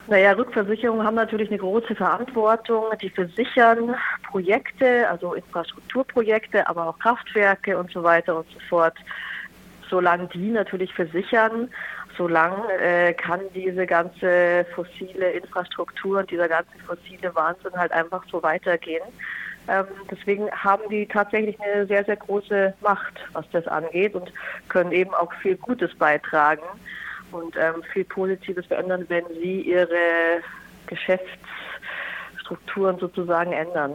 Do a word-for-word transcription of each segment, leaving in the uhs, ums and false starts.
Naja, Rückversicherungen haben natürlich eine große Verantwortung. Die versichern Projekte, also Infrastrukturprojekte, aber auch Kraftwerke und so weiter und so fort. Solange die natürlich versichern, solange äh, kann diese ganze fossile Infrastruktur und dieser ganze fossile Wahnsinn halt einfach so weitergehen. Ähm, deswegen haben die tatsächlich eine sehr, sehr große Macht, was das angeht und können eben auch viel Gutes beitragen und ähm, viel Positives verändern, wenn sie ihre Geschäftsstrukturen sozusagen ändern.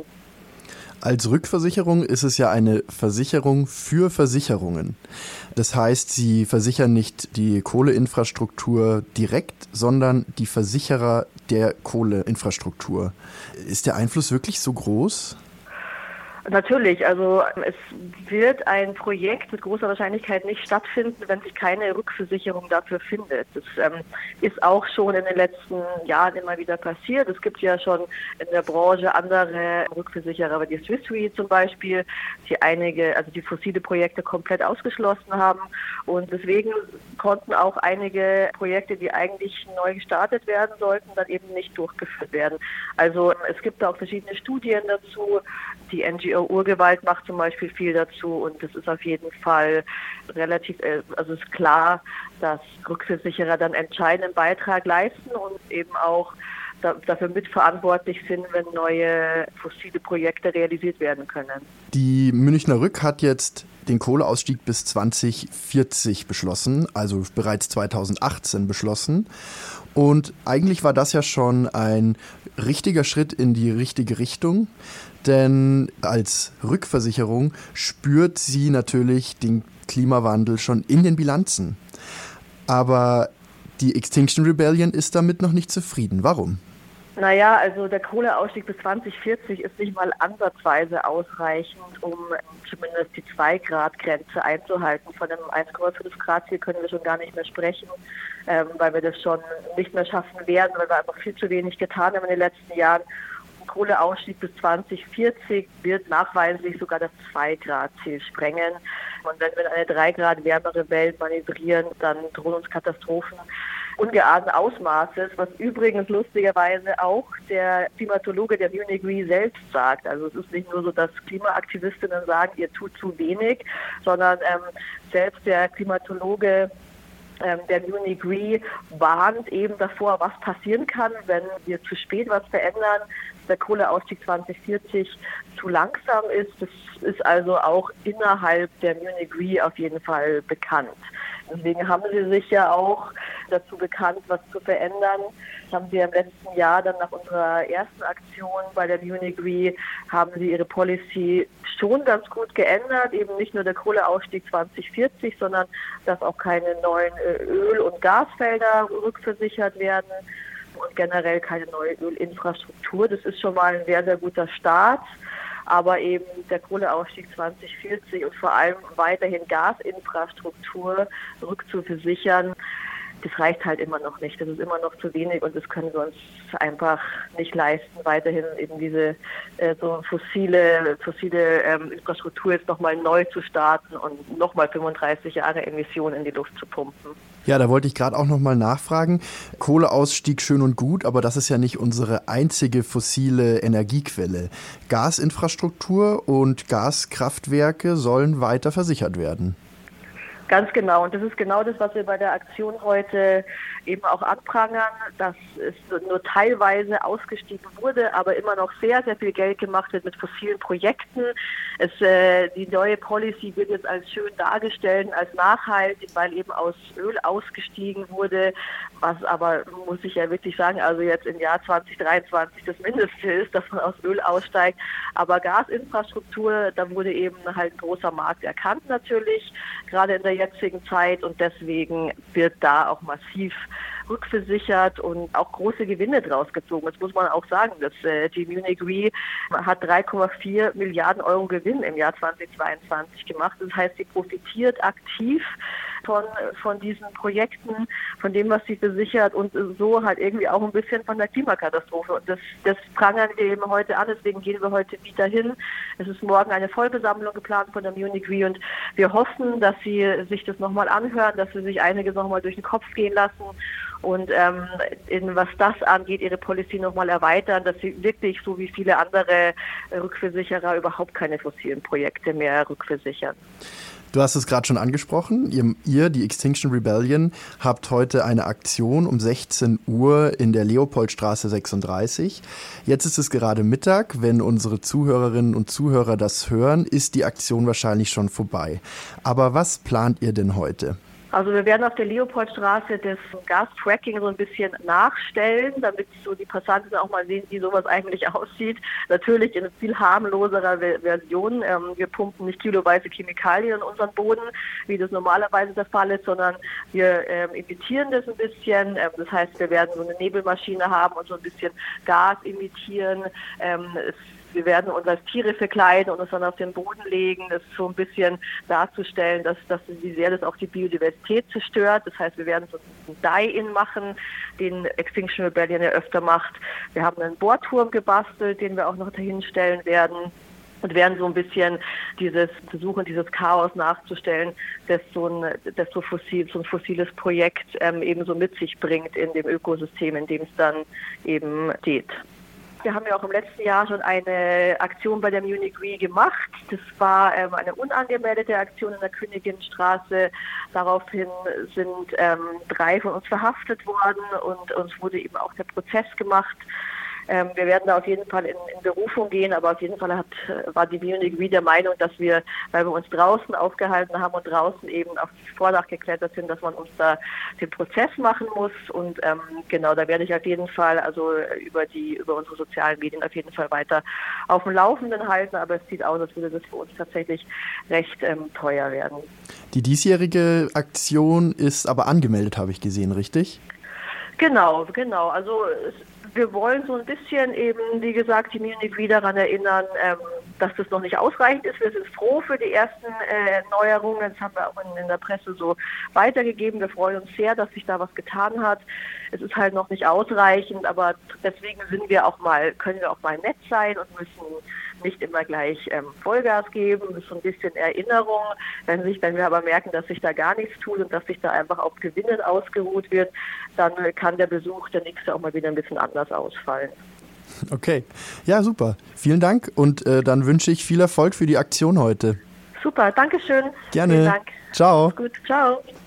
Als Rückversicherung ist es ja eine Versicherung für Versicherungen. Das heißt, sie versichern nicht die Kohleinfrastruktur direkt, sondern die Versicherer der Kohleinfrastruktur. Ist der Einfluss wirklich so groß? Natürlich, also es wird ein Projekt mit großer Wahrscheinlichkeit nicht stattfinden, wenn sich keine Rückversicherung dafür findet. Das ähm, ist auch schon in den letzten Jahren immer wieder passiert. Es gibt ja schon in der Branche andere Rückversicherer, wie die Swiss Re zum Beispiel, die einige, also die fossile Projekte komplett ausgeschlossen haben. Und deswegen konnten auch einige Projekte, die eigentlich neu gestartet werden sollten, dann eben nicht durchgeführt werden. Also es gibt da auch verschiedene Studien dazu. Die N G O Urgewalt macht zum Beispiel viel dazu und es ist auf jeden Fall relativ, also es ist klar, dass Rückversicherer dann entscheidenden Beitrag leisten und eben auch da, dafür mitverantwortlich sind, wenn neue fossile Projekte realisiert werden können. Die Münchner Rück hat jetzt den Kohleausstieg bis zwanzig vierzig beschlossen, also bereits zweitausendachtzehn beschlossen. Und eigentlich war das ja schon ein richtiger Schritt in die richtige Richtung, denn als Rückversicherung spürt sie natürlich den Klimawandel schon in den Bilanzen. Aber die Extinction Rebellion ist damit noch nicht zufrieden. Warum? Naja, also der Kohleausstieg bis zwanzig vierzig ist nicht mal ansatzweise ausreichend, um zumindest die zwei Grad Grenze einzuhalten. Von einem eins Komma fünf Grad Ziel können wir schon gar nicht mehr sprechen, ähm, weil wir das schon nicht mehr schaffen werden, weil wir einfach viel zu wenig getan haben in den letzten Jahren. Kohleausstieg bis zwanzig vierzig wird nachweislich sogar das zwei Grad Ziel sprengen. Und wenn wir in eine drei Grad wärmere Welt manövrieren, dann drohen uns Katastrophen ungeahnten Ausmaßes, was übrigens lustigerweise auch der Klimatologe der Munich Re selbst sagt. Also es ist nicht nur so, dass Klimaaktivistinnen sagen, ihr tut zu wenig, sondern ähm, selbst der Klimatologe ähm, der Munich Re warnt eben davor, was passieren kann, wenn wir zu spät was verändern. Der Kohleausstieg zwanzig vierzig zu langsam ist. Das ist also auch innerhalb der Munich Re auf jeden Fall bekannt. Deswegen haben sie sich ja auch dazu bekannt, was zu verändern. Das haben sie im letzten Jahr dann nach unserer ersten Aktion bei der Munich Re, haben sie ihre Policy schon ganz gut geändert. Eben nicht nur der Kohleausstieg zwanzig vierzig, sondern dass auch keine neuen Öl- und Gasfelder rückversichert werden. Und generell keine neue Ölinfrastruktur. Das ist schon mal ein sehr, sehr guter Start. Aber eben der Kohleausstieg zwanzig vierzig und vor allem weiterhin Gasinfrastruktur rückzuversichern, das reicht halt immer noch nicht. Das ist immer noch zu wenig und das können wir uns einfach nicht leisten, weiterhin eben diese äh, so fossile, fossile ähm, Infrastruktur jetzt nochmal neu zu starten und nochmal fünfunddreißig Jahre Emissionen in die Luft zu pumpen. Ja, da wollte ich gerade auch nochmal nachfragen. Kohleausstieg schön und gut, aber das ist ja nicht unsere einzige fossile Energiequelle. Gasinfrastruktur und Gaskraftwerke sollen weiter versichert werden. Ganz genau. Und das ist genau das, was wir bei der Aktion heute eben auch anprangern, dass es nur teilweise ausgestiegen wurde, aber immer noch sehr, sehr viel Geld gemacht wird mit fossilen Projekten. Es, äh, die neue Policy wird jetzt als schön dargestellt, als nachhaltig, weil eben aus Öl ausgestiegen wurde, was aber, muss ich ja wirklich sagen, also jetzt im Jahr zwanzig dreiundzwanzig das Mindeste ist, dass man aus Öl aussteigt. Aber Gasinfrastruktur, da wurde eben halt ein großer Markt erkannt natürlich, gerade in der jetzigen Zeit, und deswegen wird da auch massiv rückversichert und auch große Gewinne draus gezogen. Das muss man auch sagen, dass äh, die Munich Re hat drei Komma vier Milliarden Euro Gewinn im Jahr zweitausendzweiundzwanzig gemacht. Das heißt, sie profitiert aktiv von, von diesen Projekten, von dem, was sie versichert und so halt irgendwie auch ein bisschen von der Klimakatastrophe. Und das, das prangern wir eben heute an, deswegen gehen wir heute wieder hin. Es ist morgen eine Vollversammlung geplant von der Munich Re und wir hoffen, dass sie sich das nochmal anhören, dass sie sich einiges nochmal durch den Kopf gehen lassen und ähm, in, was das angeht, ihre Policy nochmal erweitern, dass sie wirklich so wie viele andere Rückversicherer überhaupt keine fossilen Projekte mehr rückversichern. Du hast es gerade schon angesprochen. Ihr, ihr, die Extinction Rebellion, habt heute eine Aktion um sechzehn Uhr in der Leopoldstraße sechsunddreißig. Jetzt ist es gerade Mittag. Wenn unsere Zuhörerinnen und Zuhörer das hören, ist die Aktion wahrscheinlich schon vorbei. Aber was plant ihr denn heute? Also wir werden auf der Leopoldstraße das Gastracking so ein bisschen nachstellen, damit so die Passanten auch mal sehen, wie sowas eigentlich aussieht. Natürlich in viel harmloserer Version. Wir pumpen nicht kiloweise Chemikalien in unseren Boden, wie das normalerweise der Fall ist, sondern wir ähm, imitieren das ein bisschen. Ähm, das heißt, wir werden so eine Nebelmaschine haben und so ein bisschen Gas imitieren. Ähm, es Wir werden uns als Tiere verkleiden und uns dann auf den Boden legen, das so ein bisschen darzustellen, dass, dass wie sehr das auch die Biodiversität zerstört. Das heißt, wir werden so einen Die-In machen, den Extinction Rebellion ja öfter macht. Wir haben einen Bohrturm gebastelt, den wir auch noch dahin stellen werden. Und werden so ein bisschen dieses versuchen, dieses Chaos nachzustellen, das so ein, das so fossil, so ein fossiles Projekt ähm, eben so mit sich bringt in dem Ökosystem, in dem es dann eben steht. Wir haben ja auch im letzten Jahr schon eine Aktion bei der Munich Re gemacht. Das war ähm, eine unangemeldete Aktion in der Königinstraße. Daraufhin sind ähm, drei von uns verhaftet worden und uns wurde eben auch der Prozess gemacht. Ähm, wir werden da auf jeden Fall in, in Berufung gehen, aber auf jeden Fall hat, war die Munich Re der Meinung, dass wir, weil wir uns draußen aufgehalten haben und draußen eben auf das Vordach geklettert sind, dass man uns da den Prozess machen muss. Und ähm, genau, da werde ich auf jeden Fall also über die über unsere sozialen Medien auf jeden Fall weiter auf dem Laufenden halten. Aber es sieht aus, als würde das für uns tatsächlich recht ähm, teuer werden. Die diesjährige Aktion ist aber angemeldet, habe ich gesehen, richtig? Genau, genau. Also es, wir wollen so ein bisschen eben, wie gesagt, die Munich Re daran erinnern, ähm, dass das noch nicht ausreichend ist. Wir sind froh für die ersten äh, Neuerungen. Das haben wir auch in, in der Presse so weitergegeben. Wir freuen uns sehr, dass sich da was getan hat. Es ist halt noch nicht ausreichend, aber deswegen sind wir auch mal, können wir auch mal nett sein und müssen nicht immer gleich ähm, Vollgas geben. Das ist so ein bisschen Erinnerung. Wenn, sich, wenn wir aber merken, dass sich da gar nichts tut und dass sich da einfach auf Gewinnen ausgeruht wird, dann kann der Besuch der nächste auch mal wieder ein bisschen anders ausfallen. Okay, ja super. Vielen Dank und äh, dann wünsche ich viel Erfolg für die Aktion heute. Super, danke schön. Gerne. Vielen Dank. Ciao. Gut, ciao.